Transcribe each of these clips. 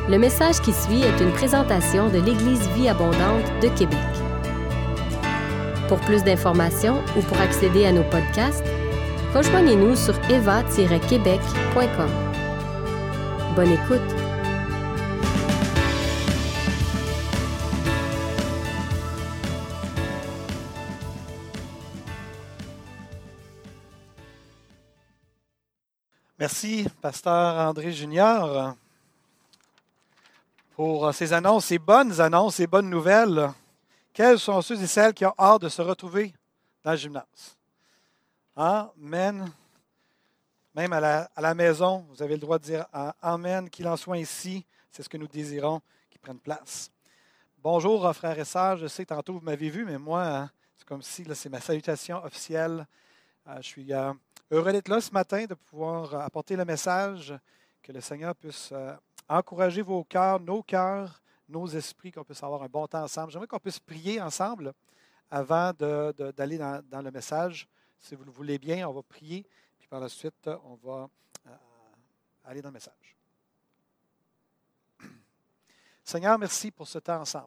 Le message qui suit est une présentation de l'Église Vie Abondante de Québec. Pour plus d'informations ou pour accéder à nos podcasts, rejoignez-nous sur eva-québec.com. Bonne écoute! Merci, Pasteur André Junior, pour ces annonces, ces bonnes nouvelles. Quels sont ceux et celles qui ont hâte de se retrouver dans le gymnase? Amen. Même à la maison, vous avez le droit de dire Amen, qu'il en soit ainsi. C'est ce que nous désirons, qu'il prenne place. Bonjour, frères et sœurs. Je sais, tantôt, vous m'avez vu, mais moi, c'est comme si là, c'est ma salutation officielle. Je suis heureux d'être là ce matin, de pouvoir apporter le message, que le Seigneur puisse encourager vos cœurs, nos esprits, qu'on puisse avoir un bon temps ensemble. J'aimerais qu'on puisse prier ensemble avant d'aller dans le message. Si vous le voulez bien, on va prier, puis par la suite, on va aller dans le message. Seigneur, merci pour ce temps ensemble.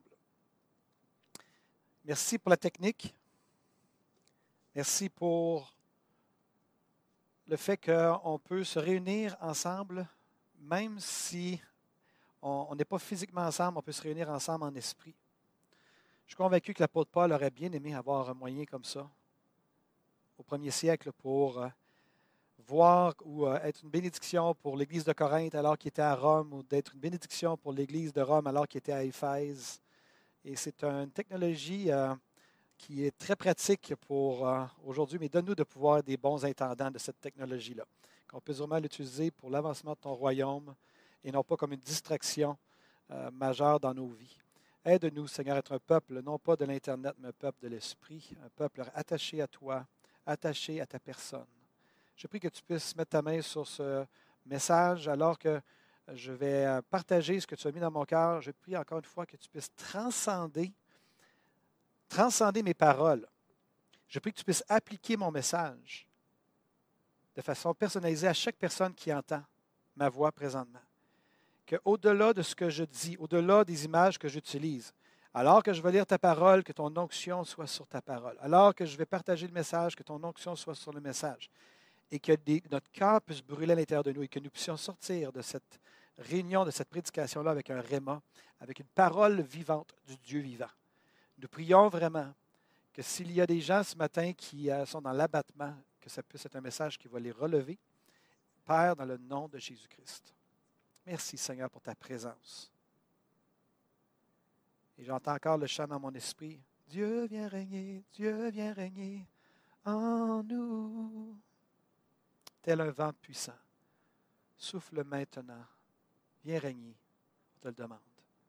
Merci pour la technique. Merci pour le fait qu'on peut se réunir ensemble, même si on n'est pas physiquement ensemble, on peut se réunir ensemble en esprit. Je suis convaincu que l'apôtre Paul aurait bien aimé avoir un moyen comme ça au 1er siècle pour voir ou être une bénédiction pour l'Église de Corinthe alors qu'il était à Rome, ou d'être une bénédiction pour l'Église de Rome alors qu'il était à Éphèse. Et c'est une technologie qui est très pratique pour aujourd'hui, mais donne-nous de pouvoir être des bons intendants de cette technologie-là, qu'on puisse vraiment l'utiliser pour l'avancement de ton royaume et non pas comme une distraction majeure dans nos vies. Aide-nous, Seigneur, à être un peuple, non pas de l'Internet, mais un peuple de l'Esprit, un peuple attaché à toi, attaché à ta personne. Je prie que tu puisses mettre ta main sur ce message alors que je vais partager ce que tu as mis dans mon cœur. Je prie encore une fois que tu puisses transcender mes paroles. Je prie que tu puisses appliquer mon message de façon personnalisée à chaque personne qui entend ma voix présentement. Qu'au-delà de ce que je dis, au-delà des images que j'utilise, alors que je vais lire ta parole, que ton onction soit sur ta parole. Alors que je vais partager le message, que ton onction soit sur le message. Et que notre cœur puisse brûler à l'intérieur de nous et que nous puissions sortir de cette réunion, de cette prédication-là avec un réma, avec une parole vivante du Dieu vivant. Nous prions vraiment que s'il y a des gens ce matin qui sont dans l'abattement, que ça puisse être un message qui va les relever. Père, dans le nom de Jésus-Christ. Merci Seigneur pour ta présence. Et j'entends encore le chant dans mon esprit. Dieu vient régner en nous. Tel un vent puissant. Souffle maintenant. Viens régner. On te le demande.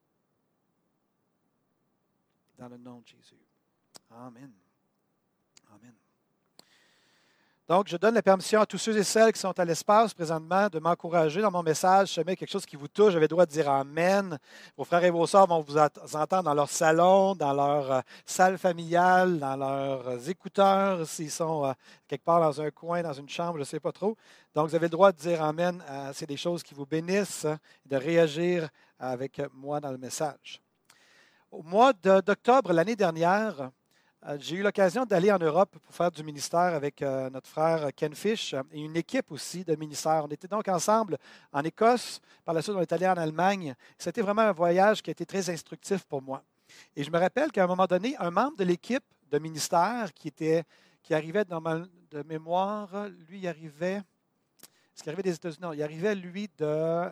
Dans le nom de Jésus. Amen. Amen. Donc, je donne la permission à tous ceux et celles qui sont à l'espace présentement de m'encourager dans mon message. Si jamais quelque chose qui vous touche, j'avais le droit de dire Amen. Vos frères et vos sœurs vont vous entendre dans leur salon, dans leur salle familiale, dans leurs écouteurs, s'ils sont quelque part dans un coin, dans une chambre, je ne sais pas trop. Donc, vous avez le droit de dire Amen. C'est des choses qui vous bénissent, de réagir avec moi dans le message. Au mois d'octobre l'année dernière, j'ai eu l'occasion d'aller en Europe pour faire du ministère avec notre frère Ken Fish et une équipe aussi de ministère. On était donc ensemble en Écosse. Par la suite, on est allé en Allemagne. C'était vraiment un voyage qui a été très instructif pour moi. Et je me rappelle qu'à un moment donné, un membre de l'équipe de ministère qui arrivait de mémoire, lui, il arrivait des États-Unis? Non, il arrivait, lui, de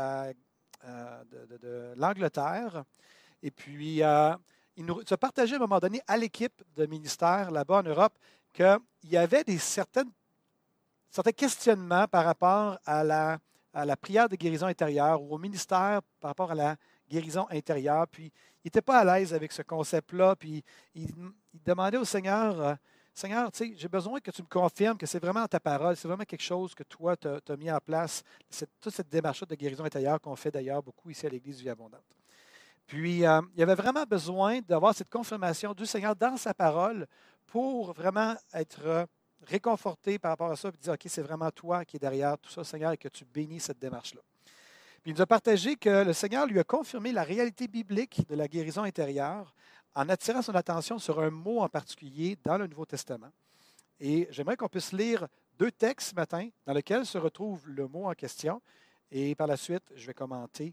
l'Angleterre. Et puis, il nous a partagé à un moment donné à l'équipe de ministère là-bas en Europe qu'il y avait certains questionnements par rapport à la prière de guérison intérieure ou au ministère par rapport à la guérison intérieure. Puis, il n'était pas à l'aise avec ce concept-là. Puis, il demandait au Seigneur, Seigneur, tu sais, j'ai besoin que tu me confirmes que c'est vraiment ta parole, c'est vraiment quelque chose que toi, tu as mis en place, toute cette démarche de guérison intérieure qu'on fait d'ailleurs beaucoup ici à l'Église Vie Abondante. Puis, il y avait vraiment besoin d'avoir cette confirmation du Seigneur dans sa parole pour vraiment être réconforté par rapport à ça et dire, OK, c'est vraiment toi qui es derrière tout ça, Seigneur, et que tu bénis cette démarche-là. Puis il nous a partagé que le Seigneur lui a confirmé la réalité biblique de la guérison intérieure en attirant son attention sur un mot en particulier dans le Nouveau Testament. Et j'aimerais qu'on puisse lire 2 textes ce matin dans lesquels se retrouve le mot en question. Et par la suite, je vais commenter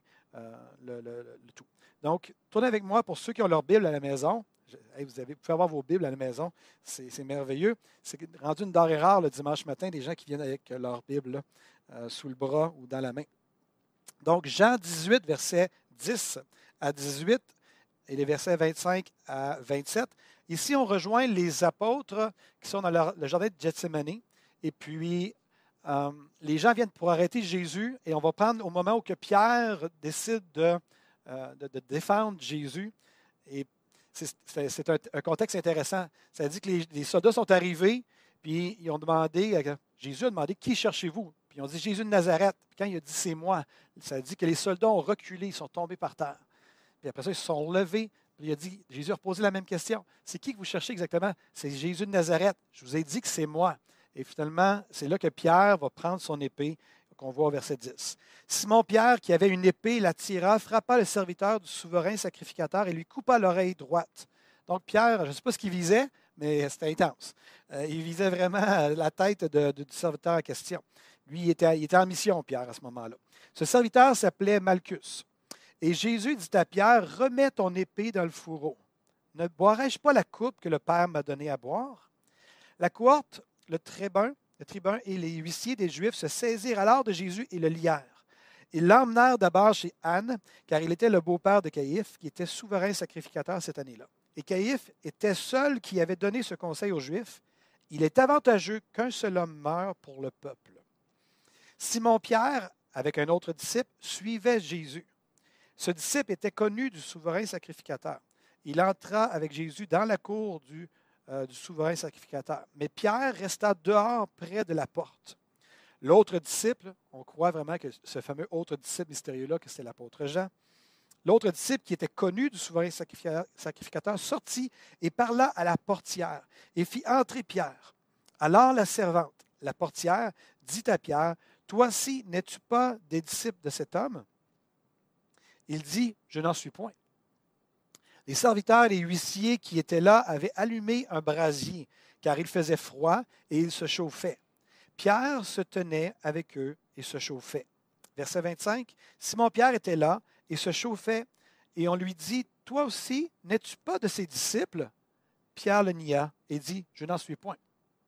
le tout. Donc, tournez avec moi pour ceux qui ont leur Bible à la maison. Vous pouvez avoir vos Bibles à la maison. C'est merveilleux. C'est rendu une denrée rare le dimanche matin, des gens qui viennent avec leur Bible là, sous le bras ou dans la main. Donc, Jean 18, versets 10 à 18 et les versets 25 à 27. Ici, on rejoint les apôtres qui sont dans le jardin de Gethsémani. Et puis, les gens viennent pour arrêter Jésus. Et on va prendre au moment où que Pierre décide de défendre Jésus. Et c'est un contexte intéressant. Ça dit que les soldats sont arrivés, puis ils ont demandé, Jésus a demandé, qui cherchez-vous? Puis ils ont dit Jésus de Nazareth. Puis quand il a dit c'est moi, ça dit que les soldats ont reculé, ils sont tombés par terre. Puis après ça, ils se sont levés. Puis il a dit, Jésus a reposé la même question. C'est qui que vous cherchez exactement? C'est Jésus de Nazareth. Je vous ai dit que c'est moi. Et finalement, c'est là que Pierre va prendre son épée, qu'on voit au verset 10. Simon-Pierre, qui avait une épée, la tira, frappa le serviteur du souverain sacrificateur et lui coupa l'oreille droite. Donc Pierre, je ne sais pas ce qu'il visait, mais c'était intense. Il visait vraiment la tête du serviteur en question. Lui, il était en mission, Pierre, à ce moment-là. Ce serviteur s'appelait Malchus. Et Jésus dit à Pierre, « Remets ton épée dans le fourreau. Ne boirai-je pas la coupe que le Père m'a donnée à boire? » La cohorte, le tribun et les huissiers des Juifs se saisirent alors de Jésus et le lièrent. Ils l'emmenèrent d'abord chez Anne, car il était le beau-père de Caïphe, qui était souverain sacrificateur cette année-là. Et Caïphe était seul qui avait donné ce conseil aux Juifs. Il est avantageux qu'un seul homme meure pour le peuple. Simon-Pierre, avec un autre disciple, suivait Jésus. Ce disciple était connu du souverain sacrificateur. Il entra avec Jésus dans la cour du souverain sacrificateur. Mais Pierre resta dehors près de la porte. L'autre disciple, on croit vraiment que ce fameux autre disciple mystérieux-là, que c'était l'apôtre Jean, l'autre disciple qui était connu du souverain sacrificateur sortit et parla à la portière et fit entrer Pierre. Alors la servante, la portière, dit à Pierre, « Toi aussi, n'es-tu pas des disciples de cet homme? » Il dit, « Je n'en suis point. » Les serviteurs et les huissiers qui étaient là avaient allumé un brasier, car il faisait froid et ils se chauffaient. Pierre se tenait avec eux et se chauffait. Verset 25, Simon-Pierre était là et se chauffait, et on lui dit, « Toi aussi, n'es-tu pas de ses disciples? » Pierre le nia et dit, « Je n'en suis point. »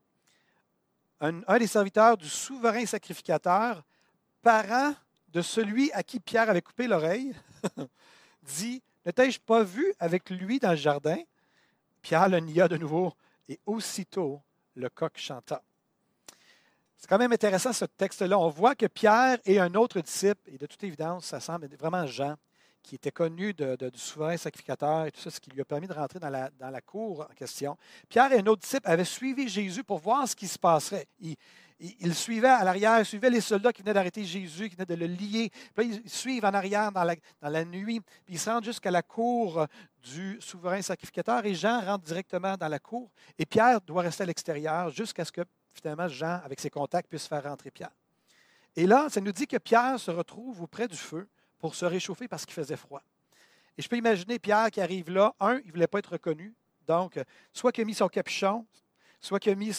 Un des serviteurs du souverain sacrificateur, parent de celui à qui Pierre avait coupé l'oreille, dit, « Ne t'ai-je pas vu avec lui dans le jardin? » Pierre le nia de nouveau, et aussitôt le coq chanta. C'est quand même intéressant ce texte-là. On voit que Pierre et un autre disciple, et de toute évidence, ça semble vraiment Jean, qui était connu du souverain sacrificateur et tout ça, ce qui lui a permis de rentrer dans la cour en question. Pierre et un autre disciple avaient suivi Jésus pour voir ce qui se passerait. Ils suivaient à l'arrière, ils suivaient les soldats qui venaient d'arrêter Jésus, qui venaient de le lier. Puis là, ils suivent en arrière dans la nuit, puis ils se rendent jusqu'à la cour du souverain sacrificateur et Jean rentre directement dans la cour. Et Pierre doit rester à l'extérieur jusqu'à ce que finalement Jean, avec ses contacts, puisse faire rentrer Pierre. Et là, ça nous dit que Pierre se retrouve auprès du feu pour se réchauffer parce qu'il faisait froid. Et je peux imaginer Pierre qui arrive là. Un, il ne voulait pas être reconnu. Donc, soit qu'il a mis son capuchon, soit qu'il a mis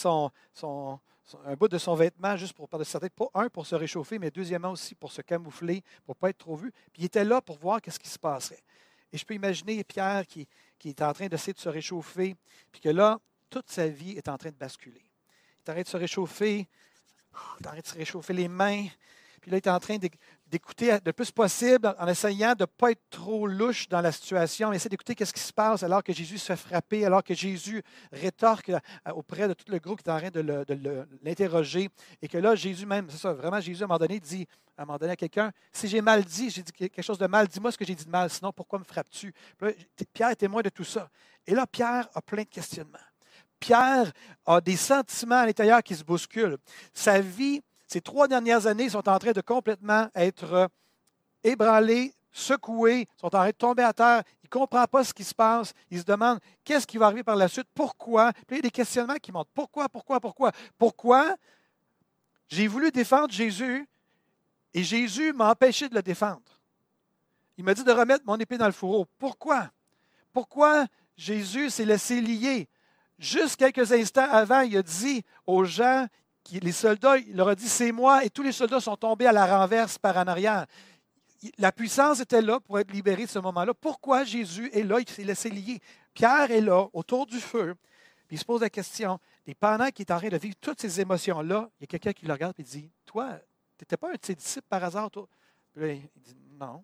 un bout de son vêtement juste pour par de sa tête. Pas un, pour se réchauffer, mais deuxièmement aussi pour se camoufler, pour ne pas être trop vu. Puis il était là pour voir ce qui se passerait. Et je peux imaginer Pierre qui est en train d'essayer de se réchauffer, puis que là, toute sa vie est en train de basculer. Il est en train de se réchauffer, les mains. Puis là, il est en train d'écouter le plus possible en essayant de ne pas être trop louche dans la situation, mais essayer d'écouter ce qui se passe alors que Jésus se fait frapper, alors que Jésus rétorque auprès de tout le groupe qui est en train de l'interroger. Et que là, Jésus même, c'est ça, vraiment, Jésus, à un moment donné, dit à quelqu'un, « Si j'ai mal dit, j'ai dit quelque chose de mal, dis-moi ce que j'ai dit de mal, sinon pourquoi me frappes-tu? » Pierre est témoin de tout ça. Et là, Pierre a plein de questionnements. Pierre a des sentiments à l'intérieur qui se bousculent. Sa vie, ces 3 dernières années, sont en train de complètement être ébranlés, secoués, sont en train de tomber à terre. Il ne comprend pas ce qui se passe. Il se demande qu'est-ce qui va arriver par la suite, pourquoi. Puis il y a des questionnements qui montent. Pourquoi? J'ai voulu défendre Jésus Et Jésus m'a empêché de le défendre. Il m'a dit de remettre mon épée dans le fourreau. Pourquoi? Pourquoi Jésus s'est laissé lier? Juste quelques instants avant, il a dit aux gens, les soldats, il leur a dit, c'est moi, et tous les soldats sont tombés à la renverse par en arrière. La puissance était là pour être libérée de ce moment-là. Pourquoi Jésus est là? Il s'est laissé lier. Pierre est là, autour du feu, puis il se pose la question, et pendant qu'il est en train de vivre toutes ces émotions-là, il y a quelqu'un qui le regarde et dit, toi, tu n'étais pas un de ses disciples par hasard, toi? Puis là, il dit, non.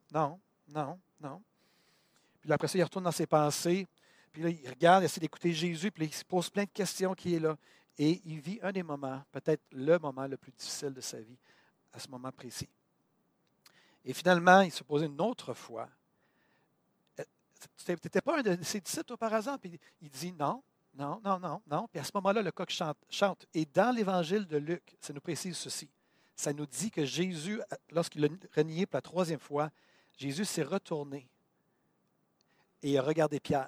Puis là, après ça, il retourne dans ses pensées. Puis là, il regarde, il essaie d'écouter Jésus. Puis là, il se pose plein de questions qui est là. Et il vit un des moments, peut-être le moment le plus difficile de sa vie, à ce moment précis. Et finalement, il se posait une autre fois. Tu n'étais pas un de ses disciples, toi, par hasard? Puis il dit non. Puis à ce moment-là, le coq chante. Et dans l'évangile de Luc, ça nous précise ceci. Ça nous dit que Jésus, lorsqu'il a renié pour la troisième fois, Jésus s'est retourné et il a regardé Pierre.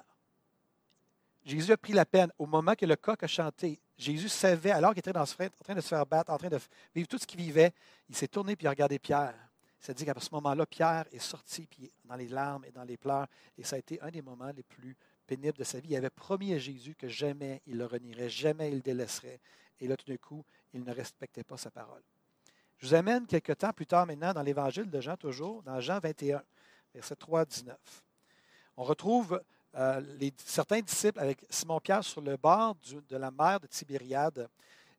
Jésus a pris la peine. Au moment que le coq a chanté, Jésus savait, alors qu'il était en train de se faire battre, en train de vivre tout ce qu'il vivait, il s'est tourné et il a regardé Pierre. Ça dit qu'à ce moment-là, Pierre est sorti puis dans les larmes et dans les pleurs. Et ça a été un des moments les plus pénibles de sa vie. Il avait promis à Jésus que jamais il le renierait, jamais il le délaisserait. Et là, tout d'un coup, il ne respectait pas sa parole. Je vous amène quelque temps plus tard maintenant dans l'Évangile de Jean, toujours, dans Jean 21, verset 3 à 19. On retrouve certains disciples avec Simon-Pierre sur le bord de la mer de Tibériade.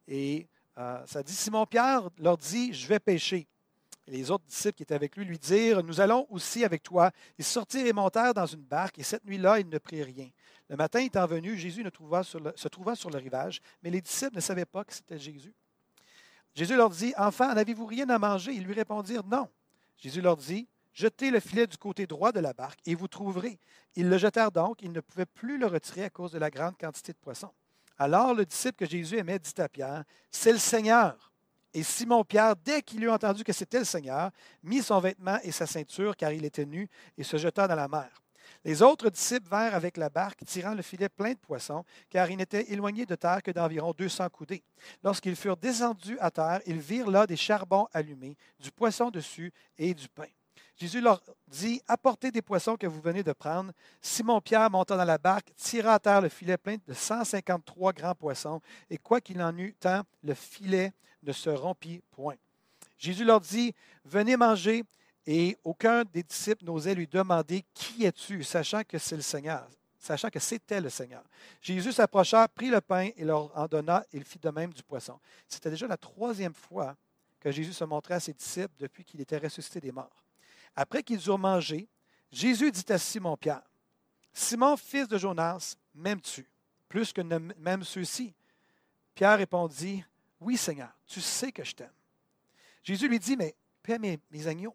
Et ça dit, Simon-Pierre leur dit, je vais pêcher. Et les autres disciples qui étaient avec lui dirent, nous allons aussi avec toi. Ils sortirent et montèrent dans une barque, et cette nuit-là, ils ne prirent rien. Le matin étant venu, Jésus se trouva sur le rivage, mais les disciples ne savaient pas que c'était Jésus. Jésus leur dit, enfants, n'avez-vous rien à manger? Ils lui répondirent, non. Jésus leur dit, jetez le filet du côté droit de la barque et vous trouverez. Ils le jetèrent donc, ils ne pouvaient plus le retirer à cause de la grande quantité de poissons. Alors le disciple que Jésus aimait dit à Pierre, c'est le Seigneur. Et Simon-Pierre, dès qu'il eut entendu que c'était le Seigneur, mit son vêtement et sa ceinture, car il était nu, et se jeta dans la mer. Les autres disciples vinrent avec la barque, tirant le filet plein de poissons, car ils n'étaient éloignés de terre que d'environ 200 coudées. Lorsqu'ils furent descendus à terre, ils virent là des charbons allumés, du poisson dessus et du pain. Jésus leur dit, apportez des poissons que vous venez de prendre. Simon-Pierre monta dans la barque, tira à terre le filet plein de 153 grands poissons, et quoi qu'il en eût tant, le filet ne se rompit point. Jésus leur dit, venez manger. Et aucun des disciples n'osait lui demander, qui es-tu, sachant que c'est le Seigneur, sachant que c'était le Seigneur. Jésus s'approcha, prit le pain et leur en donna, et il fit de même du poisson. C'était déjà la troisième fois que Jésus se montrait à ses disciples depuis qu'il était ressuscité des morts. Après qu'ils eurent mangé, Jésus dit à Simon-Pierre, Simon, fils de Jonas, m'aimes-tu, plus que ne m'aiment ceux-ci? Pierre répondit, oui, Seigneur, tu sais que je t'aime. Jésus lui dit, mais paie mes agneaux.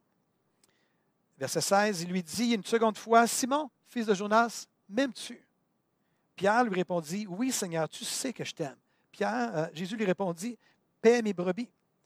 Verset 16, il lui dit une seconde fois, Simon, fils de Jonas, m'aimes-tu? Pierre lui répondit, oui, Seigneur, tu sais que je t'aime. Jésus lui répondit, paie mes brebis.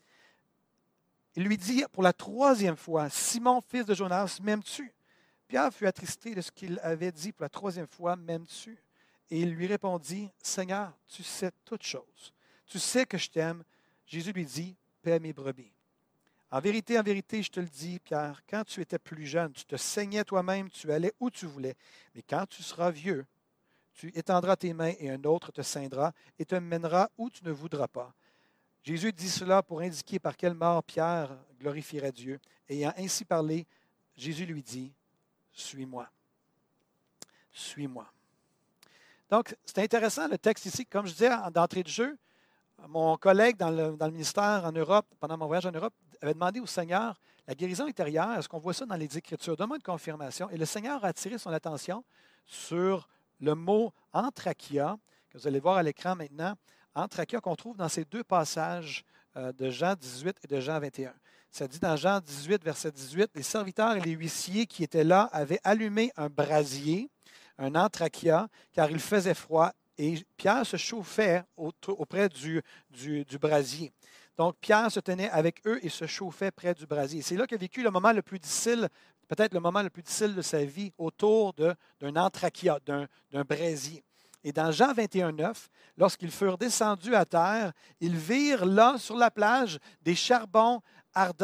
Il lui dit pour la troisième fois, Simon, fils de Jonas, m'aimes-tu? Pierre fut attristé de ce qu'il avait dit pour la troisième fois, m'aimes-tu? Et il lui répondit, Seigneur, tu sais toutes choses. Tu sais que je t'aime. Jésus lui dit, paie mes brebis. En vérité, je te le dis, Pierre, quand tu étais plus jeune, tu te saignais toi-même, tu allais où tu voulais. Mais quand tu seras vieux, tu étendras tes mains et un autre te ceindra et te mènera où tu ne voudras pas. Jésus dit cela pour indiquer par quelle mort Pierre glorifierait Dieu. Ayant ainsi parlé, Jésus lui dit, suis-moi. Suis-moi. Donc, c'est intéressant le texte ici. Comme je disais d'entrée de jeu, mon collègue dans le ministère en Europe, pendant mon voyage en Europe, avait demandé au Seigneur la guérison intérieure. Est-ce qu'on voit ça dans les Écritures? Donne-moi une confirmation. Et le Seigneur a attiré son attention sur le mot anthrakia, que vous allez voir à l'écran maintenant, anthrakia qu'on trouve dans ces deux passages de Jean 18 et de Jean 21. Ça dit dans Jean 18, verset 18, les serviteurs et les huissiers qui étaient là avaient allumé un brasier, un anthrakia, car il faisait froid. Et Pierre se chauffait auprès du brasier. Donc, Pierre se tenait avec eux et se chauffait près du brasier. C'est là qu'il a vécu le moment le plus difficile, peut-être le moment le plus difficile de sa vie, autour d'un anthrakia, d'un brasier. Et dans Jean 21, 9, lorsqu'ils furent descendus à terre, ils virent là, sur la plage, des charbons ardents,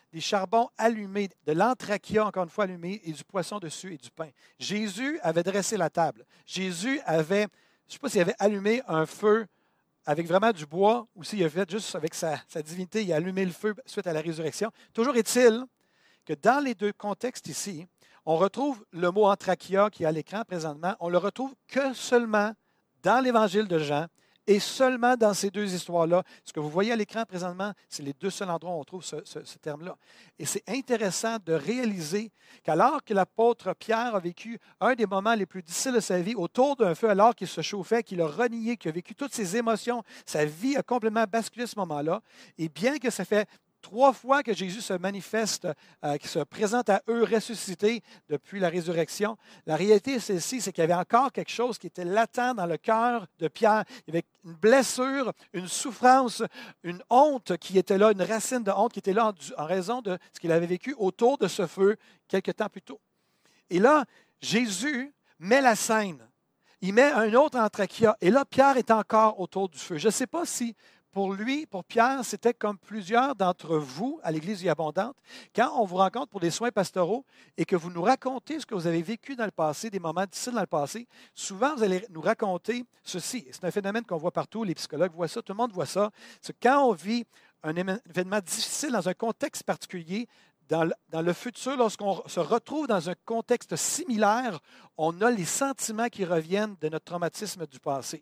des charbons allumés, de l'anthrachia, encore une fois allumé, et du poisson dessus et du pain. Jésus avait dressé la table. Jésus avait, je ne sais pas s'il avait allumé un feu avec vraiment du bois ou s'il a fait juste avec sa divinité, il a allumé le feu suite à la résurrection. Toujours est-il que dans les deux contextes ici, on retrouve le mot anthrachia qui est à l'écran présentement, on le retrouve que seulement dans l'Évangile de Jean et seulement dans ces deux histoires-là. Ce que vous voyez à l'écran présentement, c'est les deux seuls endroits où on trouve ce terme-là. Et c'est intéressant de réaliser qu'alors que l'apôtre Pierre a vécu un des moments les plus difficiles de sa vie, autour d'un feu, alors qu'il se chauffait, qu'il a renié, qu'il a vécu toutes ses émotions, sa vie a complètement basculé à ce moment-là. Et bien que ça fait 3 fois que Jésus se manifeste, qui se présente à eux ressuscité depuis la résurrection. La réalité, c'est celle-ci, c'est qu'il y avait encore quelque chose qui était latent dans le cœur de Pierre. Il y avait une blessure, une souffrance, une honte qui était là, une racine de honte qui était là en raison de ce qu'il avait vécu autour de ce feu quelque temps plus tôt. Et là, Jésus met la scène. Il met un autre anthrachia. Et là, Pierre est encore autour du feu. Je ne sais pas si pour lui, pour Pierre, c'était comme plusieurs d'entre vous à l'Église Vie Abondante. Quand on vous rencontre pour des soins pastoraux et que vous nous racontez ce que vous avez vécu dans le passé, des moments difficiles dans le passé, souvent vous allez nous raconter ceci. C'est un phénomène qu'on voit partout, les psychologues voient ça, tout le monde voit ça. C'est quand on vit un événement difficile dans un contexte particulier, dans le futur, lorsqu'on se retrouve dans un contexte similaire, on a les sentiments qui reviennent de notre traumatisme du passé.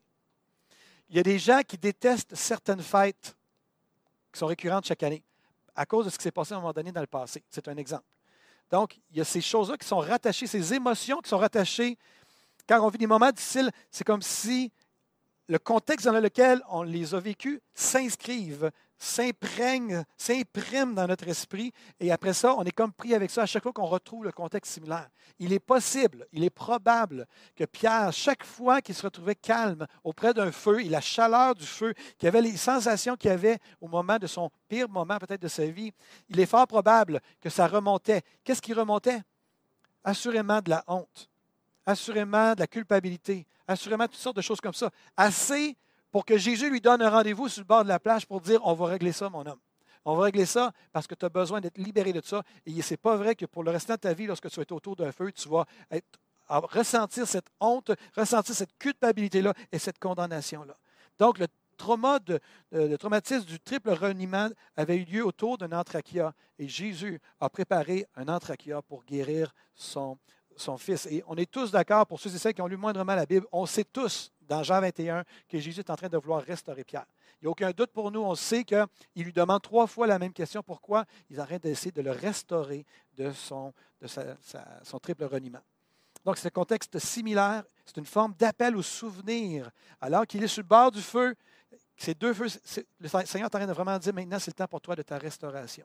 Il y a des gens qui détestent certaines fêtes qui sont récurrentes chaque année à cause de ce qui s'est passé à un moment donné dans le passé. C'est un exemple. Donc, il y a ces choses-là qui sont rattachées, ces émotions qui sont rattachées. Quand on vit des moments difficiles, c'est comme si le contexte dans lequel on les a vécus s'inscrivent, s'imprègnent, s'impriment dans notre esprit. Et après ça, on est comme pris avec ça à chaque fois qu'on retrouve le contexte similaire. Il est possible, il est probable que Pierre, chaque fois qu'il se retrouvait calme auprès d'un feu et la chaleur du feu, qu'il avait les sensations qu'il avait au moment de son pire moment peut-être de sa vie, il est fort probable que ça remontait. Qu'est-ce qui remontait? Assurément de la honte, assurément de la culpabilité, assurément toutes sortes de choses comme ça. Assez pour que Jésus lui donne un rendez-vous sur le bord de la plage pour dire « On va régler ça, mon homme. On va régler ça parce que tu as besoin d'être libéré de ça. Et ce n'est pas vrai que pour le restant de ta vie, lorsque tu vas être autour d'un feu, tu vas ressentir cette honte, ressentir cette culpabilité-là et cette condamnation-là. » Donc, le traumatisme du triple reniement avait eu lieu autour d'un anthrachia. Et Jésus a préparé un anthrachia pour guérir son fils. Et on est tous d'accord, pour ceux et celles qui ont lu moindrement la Bible, on sait tous, dans Jean 21, que Jésus est en train de vouloir restaurer Pierre. Il n'y a aucun doute pour nous, on sait qu'il lui demande 3 fois la même question. Pourquoi? Il est en train d'essayer de le restaurer de son triple reniement. Donc, c'est un contexte similaire, c'est une forme d'appel au souvenir. Alors qu'il est sur le bord du feu, ces deux feux, le Seigneur est en train de vraiment dire, maintenant, c'est le temps pour toi de ta restauration.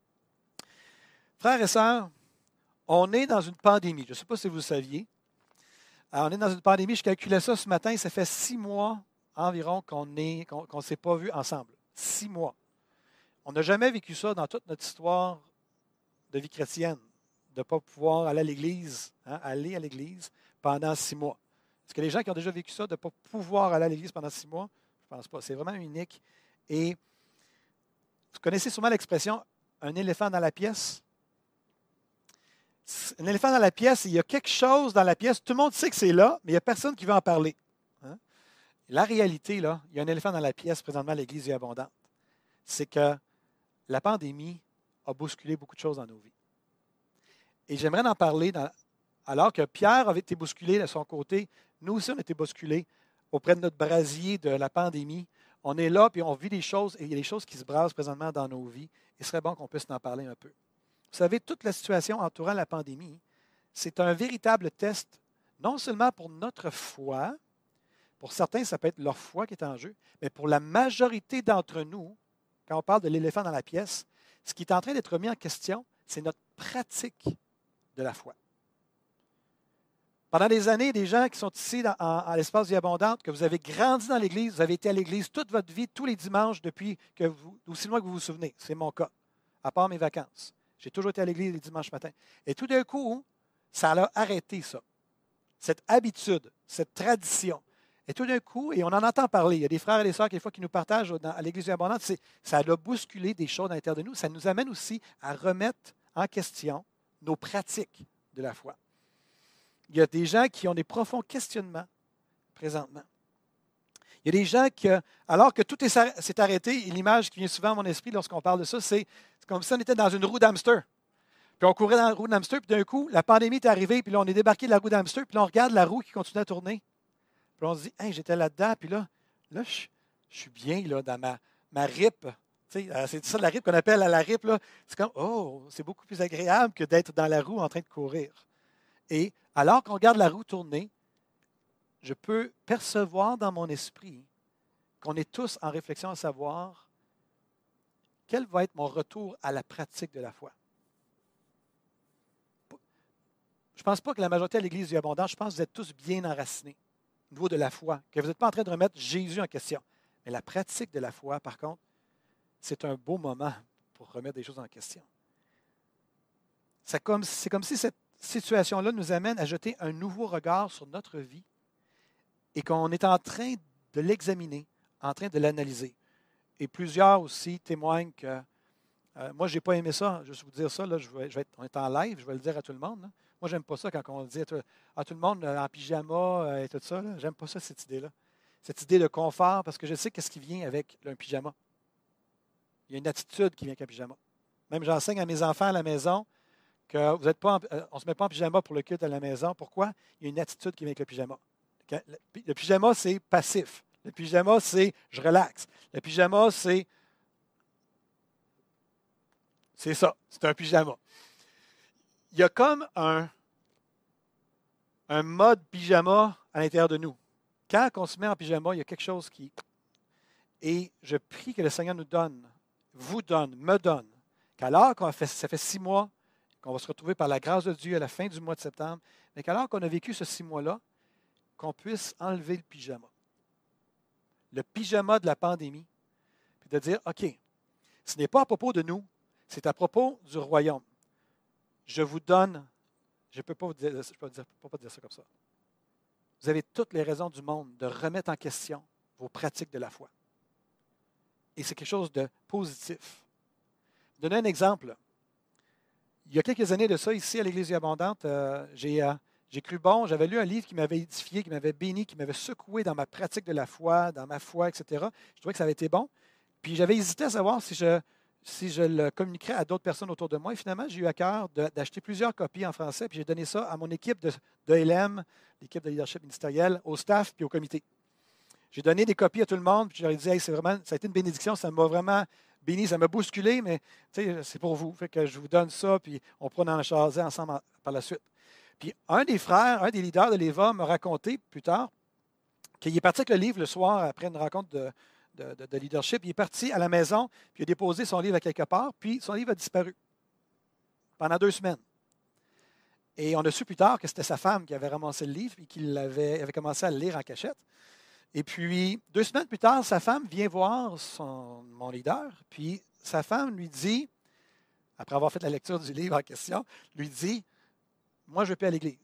Frères et sœurs, on est dans une pandémie. Je ne sais pas si vous le saviez. Alors, on est dans une pandémie. Je calculais ça ce matin. Ça fait 6 mois environ qu'on ne s'est pas vus ensemble. 6 mois. On n'a jamais vécu ça dans toute notre histoire de vie chrétienne, de ne pas pouvoir aller à l'Église, aller à l'Église pendant 6 mois. Est-ce que les gens qui ont déjà vécu ça, de ne pas pouvoir aller à l'Église pendant 6 mois? Je ne pense pas. C'est vraiment unique. Et vous connaissez sûrement l'expression « un éléphant dans la pièce ». Un éléphant dans la pièce, il y a quelque chose dans la pièce. Tout le monde sait que c'est là, mais il n'y a personne qui veut en parler. La réalité, là, il y a un éléphant dans la pièce présentement à l'Église Vie Abondante. C'est que la pandémie a bousculé beaucoup de choses dans nos vies. Et j'aimerais en parler alors que Pierre avait été bousculé de son côté. Nous aussi, on a été bousculés auprès de notre brasier de la pandémie. On est là, puis on vit des choses, et il y a des choses qui se brassent présentement dans nos vies. Il serait bon qu'on puisse en parler un peu. Vous savez, toute la situation entourant la pandémie, c'est un véritable test, non seulement pour notre foi, pour certains, ça peut être leur foi qui est en jeu, mais pour la majorité d'entre nous, quand on parle de l'éléphant dans la pièce, ce qui est en train d'être mis en question, c'est notre pratique de la foi. Pendant des années, des gens qui sont ici à l'espace Vie Abondante, que vous avez grandi dans l'Église, vous avez été à l'Église toute votre vie, tous les dimanches, depuis aussi loin que vous vous souvenez. C'est mon cas, à part mes vacances. J'ai toujours été à l'Église les dimanches matins. Et tout d'un coup, ça a arrêté ça. Cette habitude, cette tradition. Et tout d'un coup, et on en entend parler, il y a des frères et des sœurs, quelquefois, qui nous partagent à l'Église abondante, ça a bousculé des choses à l'intérieur de nous. Ça nous amène aussi à remettre en question nos pratiques de la foi. Il y a des gens qui ont des profonds questionnements présentement. Il y a des gens qui, alors que tout s'est arrêté, et l'image qui vient souvent à mon esprit lorsqu'on parle de ça, c'est comme si on était dans une roue d'hamster. Puis on courait dans la roue d'hamster, puis d'un coup, la pandémie est arrivée, puis là, on est débarqué de la roue d'hamster, puis là, on regarde la roue qui continue à tourner. Puis on se dit, hey, j'étais là-dedans, puis là je suis bien là, dans ma ripe. Tu sais, c'est ça la ripe qu'on appelle à la ripe. Là. C'est comme, oh, c'est beaucoup plus agréable que d'être dans la roue en train de courir. Et alors qu'on regarde la roue tourner, je peux percevoir dans mon esprit qu'on est tous en réflexion à savoir quel va être mon retour à la pratique de la foi. Je ne pense pas que la majorité de l'Église du Abondant, je pense que vous êtes tous bien enracinés au niveau de la foi, que vous n'êtes pas en train de remettre Jésus en question. Mais la pratique de la foi, par contre, c'est un beau moment pour remettre des choses en question. C'est comme si cette situation-là nous amène à jeter un nouveau regard sur notre vie et qu'on est en train de l'examiner, en train de l'analyser. Et plusieurs aussi témoignent que moi, je n'ai pas aimé ça, juste vous dire ça, là, on est en live, je vais le dire à tout le monde. Là. Moi, je n'aime pas ça quand on dit à tout le monde en pyjama et tout ça. Je n'aime pas ça, cette idée-là. Cette idée de confort, parce que je sais qu'est-ce qui vient avec un pyjama. Il y a une attitude qui vient avec un pyjama. Même j'enseigne à mes enfants à la maison que vous êtes pas on ne se met pas en pyjama pour le culte à la maison. Pourquoi? Il y a une attitude qui vient avec le pyjama. Le pyjama, c'est passif. Le pyjama, c'est je relaxe. Le pyjama, c'est ça. C'est un pyjama. Il y a comme un mode pyjama à l'intérieur de nous. Quand on se met en pyjama, il y a quelque chose qui... Et je prie que le Seigneur nous donne, vous donne, me donne, qu'alors ça fait 6 mois qu'on va se retrouver par la grâce de Dieu à la fin du mois de septembre, mais qu'alors qu'on a vécu ce 6 mois-là, qu'on puisse enlever le pyjama. Le pyjama de la pandémie, puis de dire, OK, ce n'est pas à propos de nous, c'est à propos du royaume. Je vous donne, je ne peux pas dire ça comme ça. Vous avez toutes les raisons du monde de remettre en question vos pratiques de la foi. Et c'est quelque chose de positif. Je vais donner un exemple. Il y a quelques années de ça, ici à l'Église Abondante, j'ai cru bon, j'avais lu un livre qui m'avait édifié, qui m'avait béni, qui m'avait secoué dans ma pratique de la foi, dans ma foi, etc. Je trouvais que ça avait été bon. Puis j'avais hésité à savoir si je le communiquerais à d'autres personnes autour de moi. Et finalement, j'ai eu à cœur d'acheter plusieurs copies en français, puis j'ai donné ça à mon équipe de LM, l'équipe de leadership ministériel, au staff puis au comité. J'ai donné des copies à tout le monde, puis je leur ai dit, hey, ça a été une bénédiction, ça m'a vraiment béni, ça m'a bousculé, mais c'est pour vous. Fait que je vous donne ça, puis on pourra en jaser ensemble par la suite. Puis un des frères, un des leaders de l'Eva m'a raconté plus tard qu'il est parti avec le livre le soir après une rencontre de leadership. Il est parti à la maison, puis il a déposé son livre à quelque part, puis son livre a disparu pendant 2 semaines. Et on a su plus tard que c'était sa femme qui avait ramassé le livre et qu'il avait commencé à le lire en cachette. Et puis, 2 semaines plus tard, sa femme vient voir mon leader, puis sa femme lui dit, après avoir fait la lecture du livre en question, lui dit, « Moi, je ne vais plus à l'église. »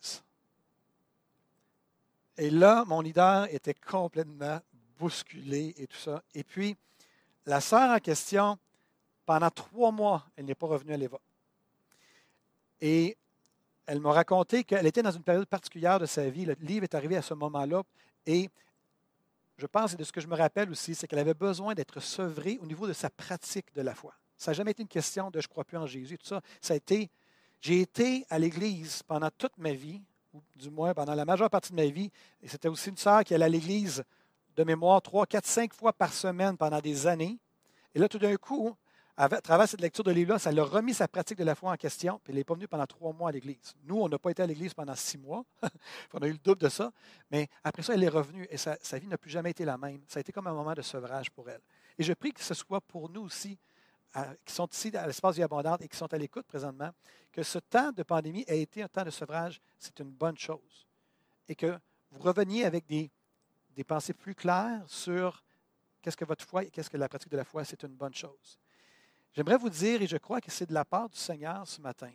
Et là, mon leader était complètement bousculé et tout ça. Et puis, la sœur en question, pendant 3 mois, elle n'est pas revenue à l'Eva. Et elle m'a raconté qu'elle était dans une période particulière de sa vie. Le livre est arrivé à ce moment-là. Et je pense, et de ce que je me rappelle aussi, c'est qu'elle avait besoin d'être sevrée au niveau de sa pratique de la foi. Ça n'a jamais été une question de « je ne crois plus en Jésus », tout ça. J'ai été à l'Église pendant toute ma vie, ou du moins pendant la majeure partie de ma vie, et c'était aussi une sœur qui allait à l'Église de mémoire 3, 4, 5 fois par semaine pendant des années. Et là, tout d'un coup, à travers cette lecture de livre-là, ça l'a remis sa pratique de la foi en question, puis elle n'est pas venue pendant 3 mois à l'Église. Nous, on n'a pas été à l'Église pendant 6 mois, on a eu le double de ça, mais après ça, elle est revenue, et sa vie n'a plus jamais été la même. Ça a été comme un moment de sevrage pour elle. Et je prie que ce soit pour nous aussi, qui sont ici à l'Espace Vie Abondante et qui sont à l'écoute présentement, que ce temps de pandémie ait été un temps de sevrage, c'est une bonne chose. Et que vous reveniez avec des pensées plus claires sur qu'est-ce que votre foi et qu'est-ce que la pratique de la foi, c'est une bonne chose. J'aimerais vous dire, et je crois que c'est de la part du Seigneur ce matin,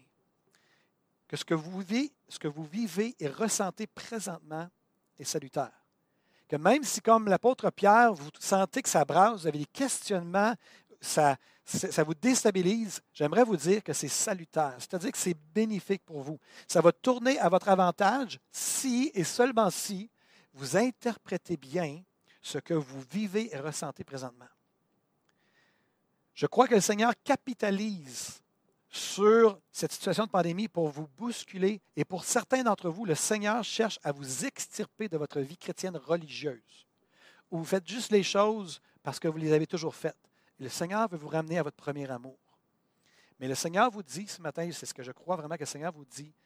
que ce que vous vivez et ressentez présentement est salutaire. que même si, comme l'apôtre Pierre, vous sentez que ça brasse, vous avez des questionnements, ça vous déstabilise, j'aimerais vous dire que c'est salutaire, c'est-à-dire que c'est bénéfique pour vous. Ça va tourner à votre avantage si et seulement si vous interprétez bien ce que vous vivez et ressentez présentement. Je crois que le Seigneur capitalise sur cette situation de pandémie pour vous bousculer et pour certains d'entre vous, le Seigneur cherche à vous extirper de votre vie chrétienne religieuse, où vous faites juste les choses parce que vous les avez toujours faites. Et le Seigneur veut vous ramener à votre premier amour. Mais le Seigneur vous dit ce matin, c'est ce que je crois vraiment que le Seigneur vous dit,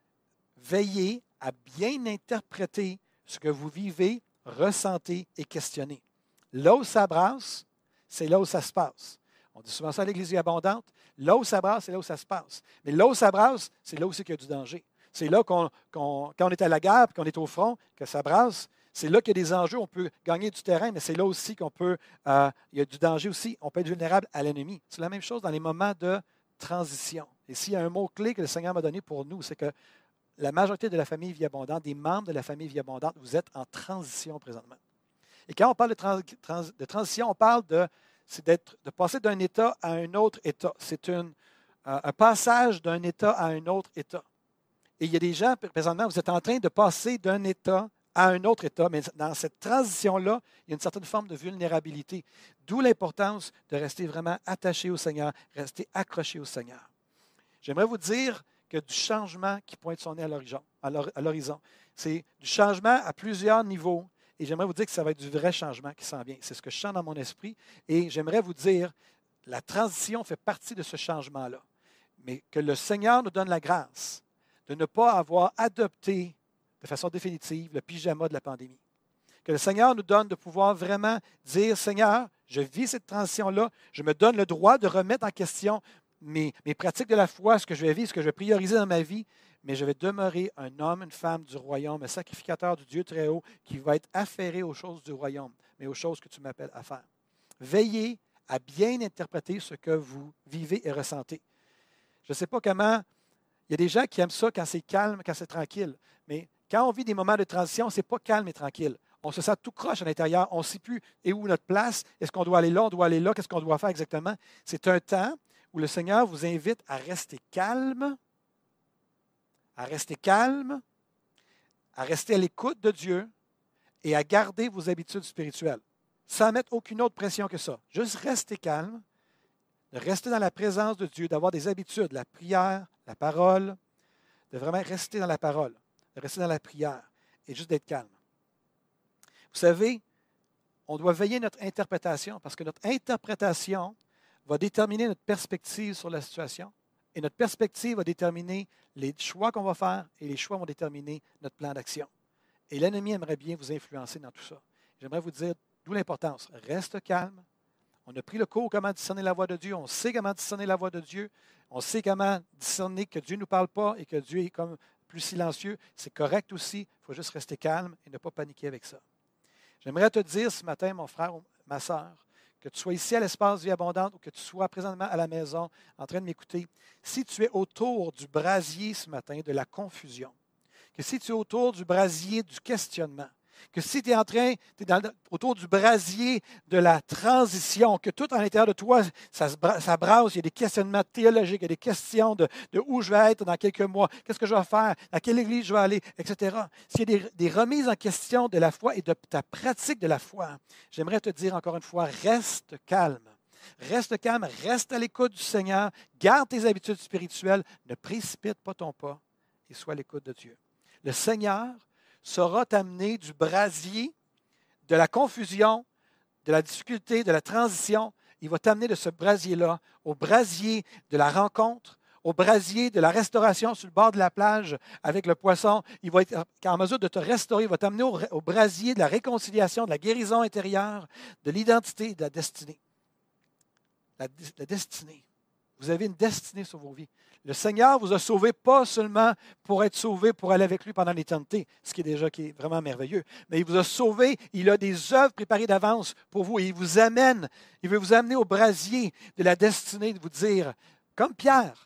veillez à bien interpréter ce que vous vivez, ressentez et questionnez. Là où ça brasse, c'est là où ça se passe. On dit souvent ça à l'Église Vie Abondante. Là où ça brasse, c'est là où ça se passe. Mais là où ça brasse, c'est là aussi qu'il y a du danger. C'est là quand on est à la guerre et qu'on est au front, que ça brasse. C'est là qu'il y a des enjeux. On peut gagner du terrain, mais c'est là aussi il y a du danger aussi. On peut être vulnérable à l'ennemi. C'est la même chose dans les moments de transition. Et s'il y a un mot-clé que le Seigneur m'a donné pour nous, c'est que la majorité de la famille Vie Abondante, des membres de la famille Vie Abondante, vous êtes en transition présentement. Et quand on parle de transition, on parle de passer d'un état à un autre état. C'est un passage d'un état à un autre état. Et il y a des gens, présentement, vous êtes en train de passer d'un état à un autre état, mais dans cette transition-là, il y a une certaine forme de vulnérabilité. D'où l'importance de rester vraiment attaché au Seigneur, rester accroché au Seigneur. J'aimerais vous dire que du changement qui pointe son nez à l'horizon. C'est du changement à plusieurs niveaux. Et j'aimerais vous dire que ça va être du vrai changement qui s'en vient. C'est ce que je sens dans mon esprit. Et j'aimerais vous dire, la transition fait partie de ce changement-là. Mais que le Seigneur nous donne la grâce de ne pas avoir adopté de façon définitive le pyjama de la pandémie. Que le Seigneur nous donne de pouvoir vraiment dire, Seigneur, je vis cette transition-là, je me donne le droit de remettre en question mes pratiques de la foi, ce que je vais vivre, ce que je vais prioriser dans ma vie, mais je vais demeurer un homme, une femme du royaume, un sacrificateur du Dieu très haut qui va être affairé aux choses du royaume, mais aux choses que tu m'appelles à faire. Veillez à bien interpréter ce que vous vivez et ressentez. Je ne sais pas comment, il y a des gens qui aiment ça quand c'est calme, quand c'est tranquille, mais quand on vit des moments de transition, ce n'est pas calme et tranquille. On se sent tout croche à l'intérieur, on ne sait plus où notre place, est-ce qu'on doit aller là, on doit aller là, qu'est-ce qu'on doit faire exactement. C'est un temps où le Seigneur vous invite à rester calme, à rester à l'écoute de Dieu et à garder vos habitudes spirituelles, sans mettre aucune autre pression que ça. Juste rester calme, de rester dans la présence de Dieu, d'avoir des habitudes, la prière, la parole, de vraiment rester dans la parole, de rester dans la prière et juste d'être calme. Vous savez, on doit veiller notre interprétation parce que notre interprétation va déterminer notre perspective sur la situation et notre perspective va déterminer les choix qu'on va faire et les choix vont déterminer notre plan d'action. Et l'ennemi aimerait bien vous influencer dans tout ça. J'aimerais vous dire, d'où l'importance. Reste calme. On a pris le cours comment discerner la voix de Dieu. On sait comment discerner la voix de Dieu. On sait comment discerner que Dieu ne nous parle pas et que Dieu est comme plus silencieux. C'est correct aussi. Il faut juste rester calme et ne pas paniquer avec ça. J'aimerais te dire ce matin, mon frère ou ma sœur, que tu sois ici à l'Espace Vie Abondante ou que tu sois présentement à la maison en train de m'écouter, si tu es autour du brasier ce matin de la confusion, que si tu es autour du brasier du questionnement, que si tu es autour du brasier de la transition, que tout à l'intérieur de toi, ça brasse, il y a des questionnements théologiques, il y a des questions de où je vais être dans quelques mois, qu'est-ce que je vais faire, dans quelle église je vais aller, etc. S'il y a des remises en question de la foi et de ta pratique de la foi, j'aimerais te dire encore une fois, reste calme. Reste calme, reste à l'écoute du Seigneur, garde tes habitudes spirituelles, ne précipite pas ton pas et sois à l'écoute de Dieu. Le Seigneur saura t'amener du brasier, de la confusion, de la difficulté, de la transition. Il va t'amener de ce brasier-là au brasier de la rencontre, au brasier de la restauration sur le bord de la plage avec le poisson. Il va être en mesure de te restaurer. Il va t'amener au brasier de la réconciliation, de la guérison intérieure, de l'identité et de la destinée. La destinée. Vous avez une destinée sur vos vies. Le Seigneur vous a sauvé pas seulement pour être sauvé, pour aller avec lui pendant l'éternité, ce qui est vraiment merveilleux, mais il vous a sauvé, il a des œuvres préparées d'avance pour vous et il veut vous amener au brasier de la destinée, de vous dire, comme Pierre,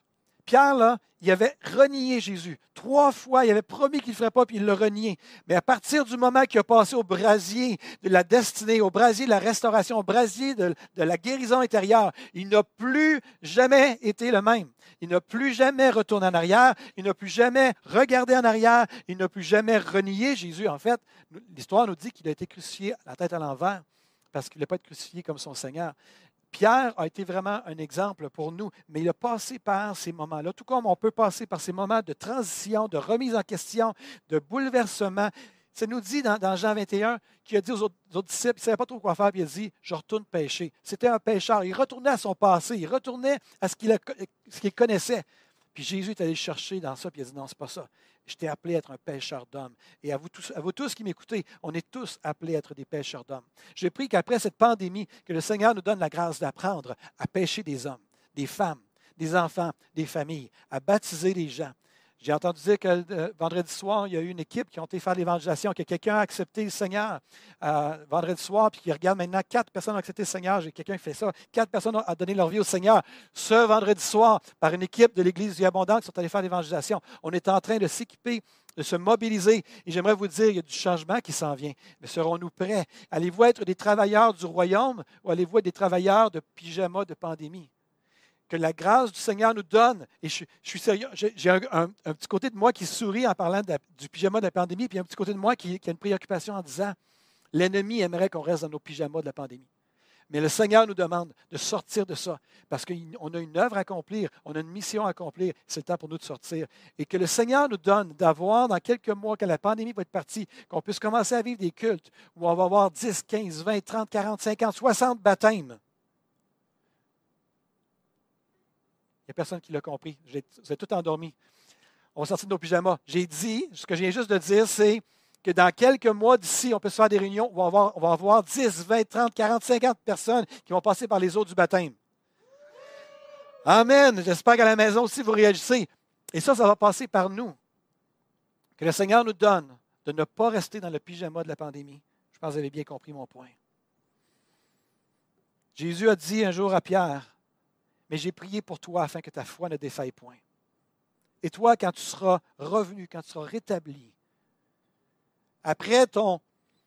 Pierre, là, il avait renié Jésus. 3 fois, il avait promis qu'il ne le ferait pas, puis il l'a renié. Mais à partir du moment qu'il a passé au brasier de la destinée, au brasier de la restauration, au brasier de la guérison intérieure, il n'a plus jamais été le même. Il n'a plus jamais retourné en arrière, il n'a plus jamais regardé en arrière, il n'a plus jamais renié Jésus. En fait, l'histoire nous dit qu'il a été crucifié la tête à l'envers parce qu'il ne voulait pas être crucifié comme son Seigneur. Pierre a été vraiment un exemple pour nous, mais il a passé par ces moments-là, tout comme on peut passer par ces moments de transition, de remise en question, de bouleversement. Ça nous dit dans Jean 21 qu'il a dit aux autres disciples, il ne savait pas trop quoi faire, puis il a dit, je retourne pêcher. C'était un pêcheur, il retournait à son passé, il retournait à ce qu'il connaissait. Puis Jésus est allé le chercher dans ça, puis il a dit, non, ce n'est pas ça. Je t'ai appelé à être un pêcheur d'hommes. Et à vous tous qui m'écoutez, on est tous appelés à être des pêcheurs d'hommes. J'ai pris qu'après cette pandémie, que le Seigneur nous donne la grâce d'apprendre à pêcher des hommes, des femmes, des enfants, des familles, à baptiser les gens. J'ai entendu dire que vendredi soir, il y a eu une équipe qui ont été faire l'évangélisation, que quelqu'un a accepté le Seigneur vendredi soir, puis qui regarde maintenant 4 personnes ont accepté le Seigneur. J'ai quelqu'un qui fait ça. 4 personnes ont donné leur vie au Seigneur ce vendredi soir par une équipe de l'Église Vie Abondante qui sont allés faire l'évangélisation. On est en train de s'équiper, de se mobiliser. Et j'aimerais vous dire, il y a du changement qui s'en vient. Mais serons-nous prêts? Allez-vous être des travailleurs du royaume ou allez-vous être des travailleurs de pyjama de pandémie? Que la grâce du Seigneur nous donne, et je suis sérieux, j'ai un petit côté de moi qui sourit en parlant du pyjama de la pandémie, puis un petit côté de moi qui a une préoccupation en disant, l'ennemi aimerait qu'on reste dans nos pyjamas de la pandémie. Mais le Seigneur nous demande de sortir de ça, parce qu'on a une œuvre à accomplir, on a une mission à accomplir, c'est le temps pour nous de sortir. Et que le Seigneur nous donne d'avoir dans quelques mois, quand la pandémie va être partie, qu'on puisse commencer à vivre des cultes où on va avoir 10, 15, 20, 30, 40, 50, 60 baptêmes. Il n'y a personne qui l'a compris. Vous êtes tous endormis. On va sortir de nos pyjamas. J'ai dit, ce que je viens juste de dire, c'est que dans quelques mois d'ici, on peut se faire des réunions où on va avoir 10, 20, 30, 40, 50 personnes qui vont passer par les eaux du baptême. Amen. J'espère qu'à la maison aussi, vous réagissez. Et ça va passer par nous. Que le Seigneur nous donne de ne pas rester dans le pyjama de la pandémie. Je pense que vous avez bien compris mon point. Jésus a dit un jour à Pierre, mais j'ai prié pour toi afin que ta foi ne défaille point. Et toi, quand tu seras revenu, quand tu seras rétabli, après ton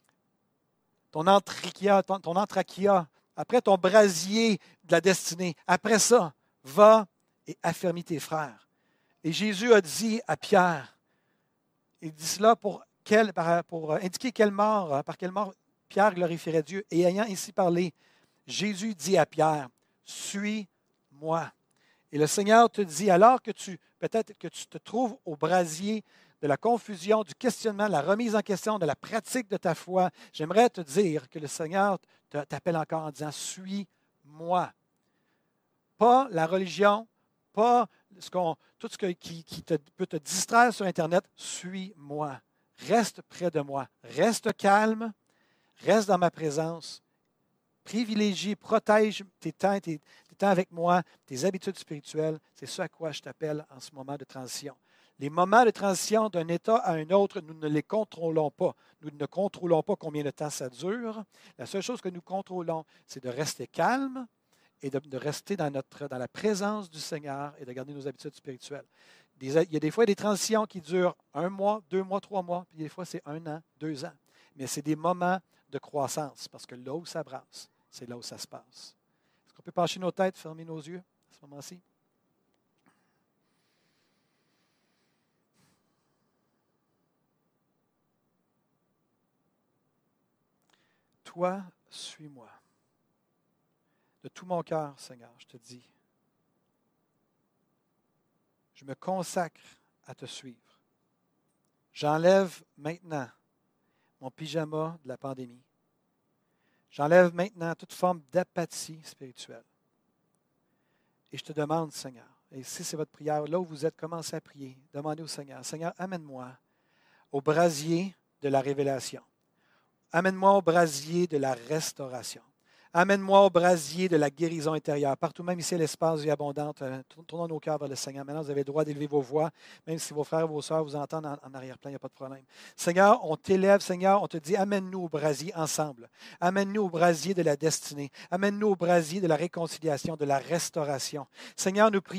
anthrachia, après ton brasier de la destinée, après ça, va et affermis tes frères. Et Jésus a dit à Pierre, il dit cela pour indiquer par quelle mort Pierre glorifierait Dieu. Et ayant ainsi parlé, Jésus dit à Pierre, suis-moi. Et le Seigneur te dit, alors que peut-être que tu te trouves au brasier de la confusion, du questionnement, de la remise en question, de la pratique de ta foi, j'aimerais te dire que le Seigneur t'appelle encore en disant, suis-moi. Pas la religion, pas tout ce qui peut te distraire sur Internet, suis-moi. Reste près de moi. Reste calme, reste dans ma présence. Privilégie, protège tes temps avec moi, tes habitudes spirituelles. C'est ce à quoi je t'appelle en ce moment de transition. Les moments de transition d'un état à un autre, nous ne les contrôlons pas. Nous ne contrôlons pas combien de temps ça dure. La seule chose que nous contrôlons, c'est de rester calme et de rester dans la présence du Seigneur et de garder nos habitudes spirituelles. Il y a des fois des transitions qui durent 1 mois, 2 mois, 3 mois, puis des fois c'est 1 an, 2 ans. Mais c'est des moments de croissance parce que là où ça brasse, c'est là où ça se passe. Est-ce qu'on peut pencher nos têtes, fermer nos yeux à ce moment-ci? Toi, suis-moi. De tout mon cœur, Seigneur, je te dis, je me consacre à te suivre. J'enlève maintenant mon pyjama de la pandémie. J'enlève maintenant toute forme d'apathie spirituelle. Et je te demande, Seigneur, et si c'est votre prière, là où vous êtes, commencez à prier. Demandez au Seigneur, Seigneur, amène-moi au brasier de la révélation. Amène-moi au brasier de la restauration. Amène-moi au brasier de la guérison intérieure. Partout, même ici à l'espace Vie Abondante, tournons nos cœurs vers le Seigneur. Maintenant, vous avez le droit d'élever vos voix, même si vos frères et vos sœurs vous entendent en arrière-plan, il n'y a pas de problème. Seigneur, on t'élève, Seigneur, on te dit, amène-nous au brasier ensemble. Amène-nous au brasier de la destinée. Amène-nous au brasier de la réconciliation, de la restauration. Seigneur, nous prions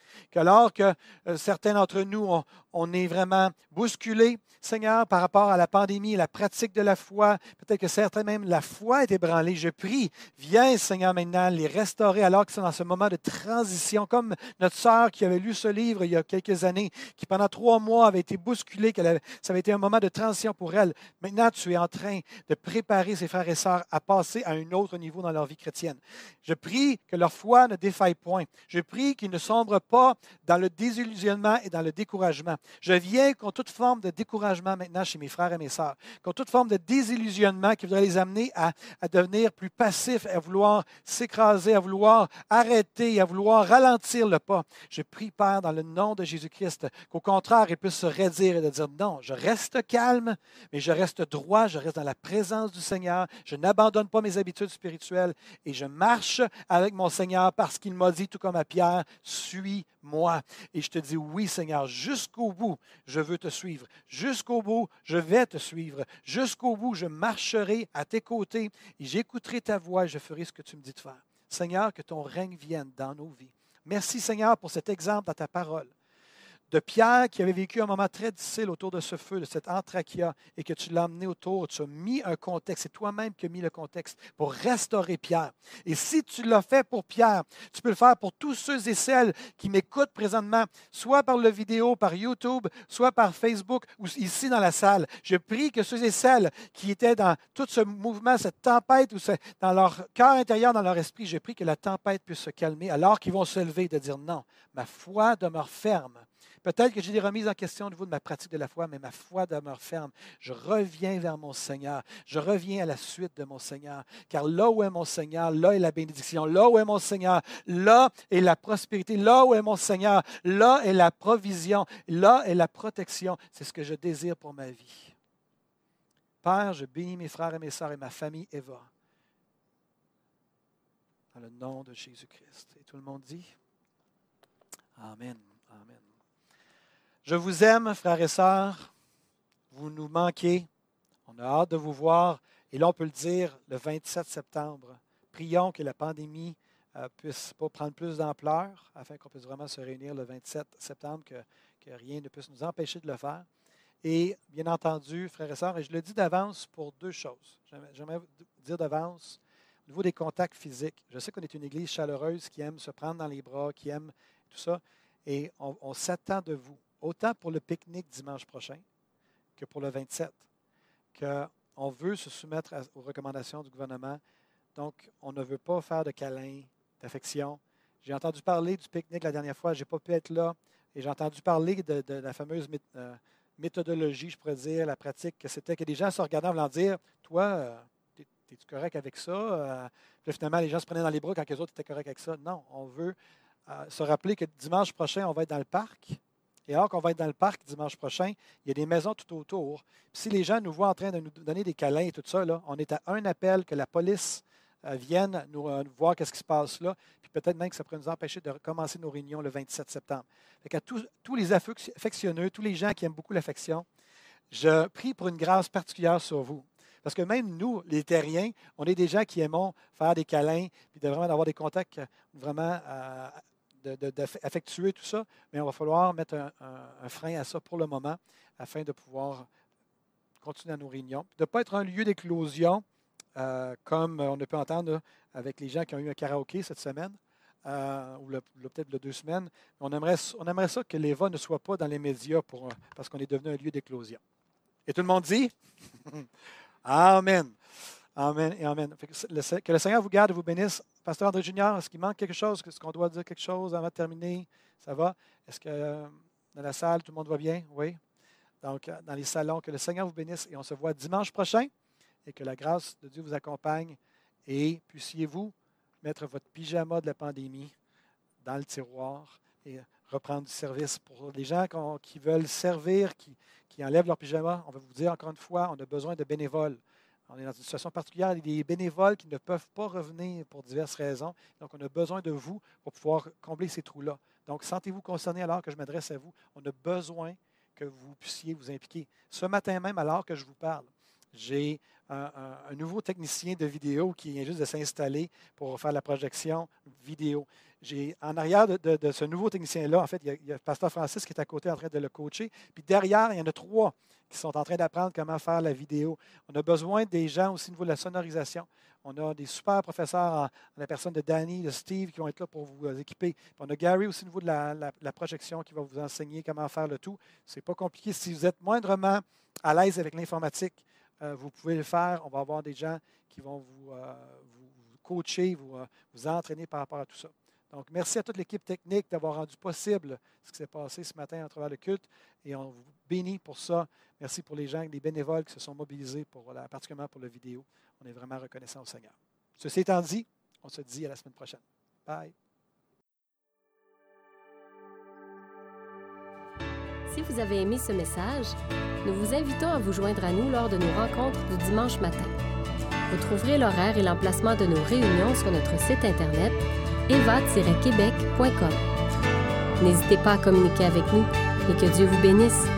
qu'alors que certains d'entre nous, on est vraiment bousculés, Seigneur, par rapport à la pandémie et la pratique de la foi, peut-être que certains même la foi est ébranlée. Je prie, viens, Seigneur, maintenant les restaurer alors qu'ils sont dans ce moment de transition, comme notre sœur qui avait lu ce livre il y a quelques années, qui pendant 3 mois avait été bousculée, ça avait été un moment de transition pour elle. Maintenant, tu es en train de préparer ses frères et sœurs à passer à un autre niveau dans leur vie chrétienne. Je prie que leur foi ne défaille point. Je prie qu'ils ne sombrent pas dans le désillusionnement et dans le découragement. Je viens contre toute forme de découragement maintenant chez mes frères et mes sœurs, contre toute forme de désillusionnement qui voudrait les amener à devenir plus passifs, à vouloir s'écraser, à vouloir arrêter, à vouloir ralentir le pas. Je prie, Père, dans le nom de Jésus-Christ, qu'au contraire, ils puissent se raidir et de dire non, je reste calme, mais je reste droit, je reste dans la présence du Seigneur, je n'abandonne pas mes habitudes spirituelles et je marche avec mon Seigneur parce qu'il m'a dit, tout comme à Pierre, suis-moi. Et je te dis, oui, Seigneur, jusqu'au bout, je veux te suivre. Jusqu'au bout, je vais te suivre. Jusqu'au bout, je marcherai à tes côtés et j'écouterai ta voix et je ferai ce que tu me dis de faire. Seigneur, que ton règne vienne dans nos vies. Merci, Seigneur, pour cet exemple dans ta parole de Pierre qui avait vécu un moment très difficile autour de ce feu, de cette anthrachia, et que tu l'as amené autour, tu as mis un contexte, c'est toi-même qui as mis le contexte pour restaurer Pierre. Et si tu l'as fait pour Pierre, tu peux le faire pour tous ceux et celles qui m'écoutent présentement, soit par le vidéo, par YouTube, soit par Facebook, ou ici dans la salle. Je prie que ceux et celles qui étaient dans tout ce mouvement, cette tempête, ou dans leur cœur intérieur, dans leur esprit, je prie que la tempête puisse se calmer alors qu'ils vont se lever et de dire non, ma foi demeure ferme. Peut-être que j'ai des remises en question au niveau de ma pratique de la foi, mais ma foi demeure ferme. Je reviens vers mon Seigneur. Je reviens à la suite de mon Seigneur. Car là où est mon Seigneur, là est la bénédiction. Là où est mon Seigneur, là est la prospérité. Là où est mon Seigneur, là est la provision. Là est la protection. C'est ce que je désire pour ma vie. Père, je bénis mes frères et mes sœurs et ma famille Eva. Dans le nom de Jésus-Christ. Et tout le monde dit Amen. Amen. Je vous aime, frères et sœurs. Vous nous manquez. On a hâte de vous voir. Et là, on peut le dire le 27 septembre. Prions que la pandémie puisse pas prendre plus d'ampleur afin qu'on puisse vraiment se réunir le 27 septembre, que rien ne puisse nous empêcher de le faire. Et bien entendu, frères et sœurs, et je le dis d'avance pour 2 choses. J'aimerais vous dire d'avance, au niveau des contacts physiques. Je sais qu'on est une église chaleureuse qui aime se prendre dans les bras, qui aime tout ça. Et on s'attend de vous, autant pour le pique-nique dimanche prochain que pour le 27, qu'on veut se soumettre aux recommandations du gouvernement. Donc, on ne veut pas faire de câlins, d'affection. J'ai entendu parler du pique-nique la dernière fois, je n'ai pas pu être là. Et j'ai entendu parler de la fameuse méthodologie, je pourrais dire, la pratique, que c'était que des gens se regardaient en voulant dire « Toi, es-tu correct avec ça? » Puis finalement, les gens se prenaient dans les bras quand les autres étaient corrects avec ça. Non, on veut se rappeler que dimanche prochain, on va être dans le parc. Et alors qu'on va être dans le parc dimanche prochain, il y a des maisons tout autour. Puis si les gens nous voient en train de nous donner des câlins et tout ça, là, on est à un appel que la police vienne nous voir qu'est-ce qui se passe là. Puis peut-être même que ça pourrait nous empêcher de recommencer nos réunions le 27 septembre. Fait qu'à tous les affectionneux, tous les gens qui aiment beaucoup l'affection, je prie pour une grâce particulière sur vous. Parce que même nous, les terriens, on est des gens qui aimons faire des câlins, puis vraiment d'avoir des contacts vraiment affectueux, tout ça. Mais on va falloir mettre un frein à ça pour le moment, afin de pouvoir continuer à nos réunions. De ne pas être un lieu d'éclosion, comme on a pu entendre avec les gens qui ont eu un karaoké cette semaine, ou peut-être 2 semaines. On aimerait ça que l'Eva ne soit pas dans les médias parce qu'on est devenu un lieu d'éclosion. Et tout le monde dit Amen. Amen et Amen. Que le Seigneur vous garde et vous bénisse. Pasteur André Junior, est-ce qu'il manque quelque chose? Est-ce qu'on doit dire quelque chose avant de terminer? Ça va? Est-ce que dans la salle, tout le monde va bien? Oui. Donc, dans les salons, que le Seigneur vous bénisse et on se voit dimanche prochain et que la grâce de Dieu vous accompagne et puissiez-vous mettre votre pyjama de la pandémie dans le tiroir et reprendre du service. Pour les gens qui veulent servir, qui enlèvent leur pyjama, on va vous dire encore une fois, on a besoin de bénévoles. On est dans une situation particulière. Il y a des bénévoles qui ne peuvent pas revenir pour diverses raisons. Donc, on a besoin de vous pour pouvoir combler ces trous-là. Donc, sentez-vous concernés alors que je m'adresse à vous. On a besoin que vous puissiez vous impliquer. Ce matin même, alors que je vous parle, J'ai un nouveau technicien de vidéo qui vient juste de s'installer pour faire la projection vidéo. En arrière de ce nouveau technicien-là, en fait, il y a Pasteur Francis qui est à côté en train de le coacher. Puis derrière, il y en a 3 qui sont en train d'apprendre comment faire la vidéo. On a besoin des gens aussi au niveau de la sonorisation. On a des super professeurs en la personne de Danny, de Steve qui vont être là pour vous équiper. Puis on a Gary aussi au niveau de la projection qui va vous enseigner comment faire le tout. Ce n'est pas compliqué. Si vous êtes moindrement à l'aise avec l'informatique, vous pouvez le faire. On va avoir des gens qui vont vous coacher, vous entraîner par rapport à tout ça. Donc, merci à toute l'équipe technique d'avoir rendu possible ce qui s'est passé ce matin à travers le culte. Et on vous bénit pour ça. Merci pour les gens, les bénévoles qui se sont mobilisés, particulièrement pour la vidéo. On est vraiment reconnaissants au Seigneur. Ceci étant dit, on se dit à la semaine prochaine. Bye. Si vous avez aimé ce message, nous vous invitons à vous joindre à nous lors de nos rencontres du dimanche matin. Vous trouverez l'horaire et l'emplacement de nos réunions sur notre site Internet eva-québec.com. N'hésitez pas à communiquer avec nous et que Dieu vous bénisse.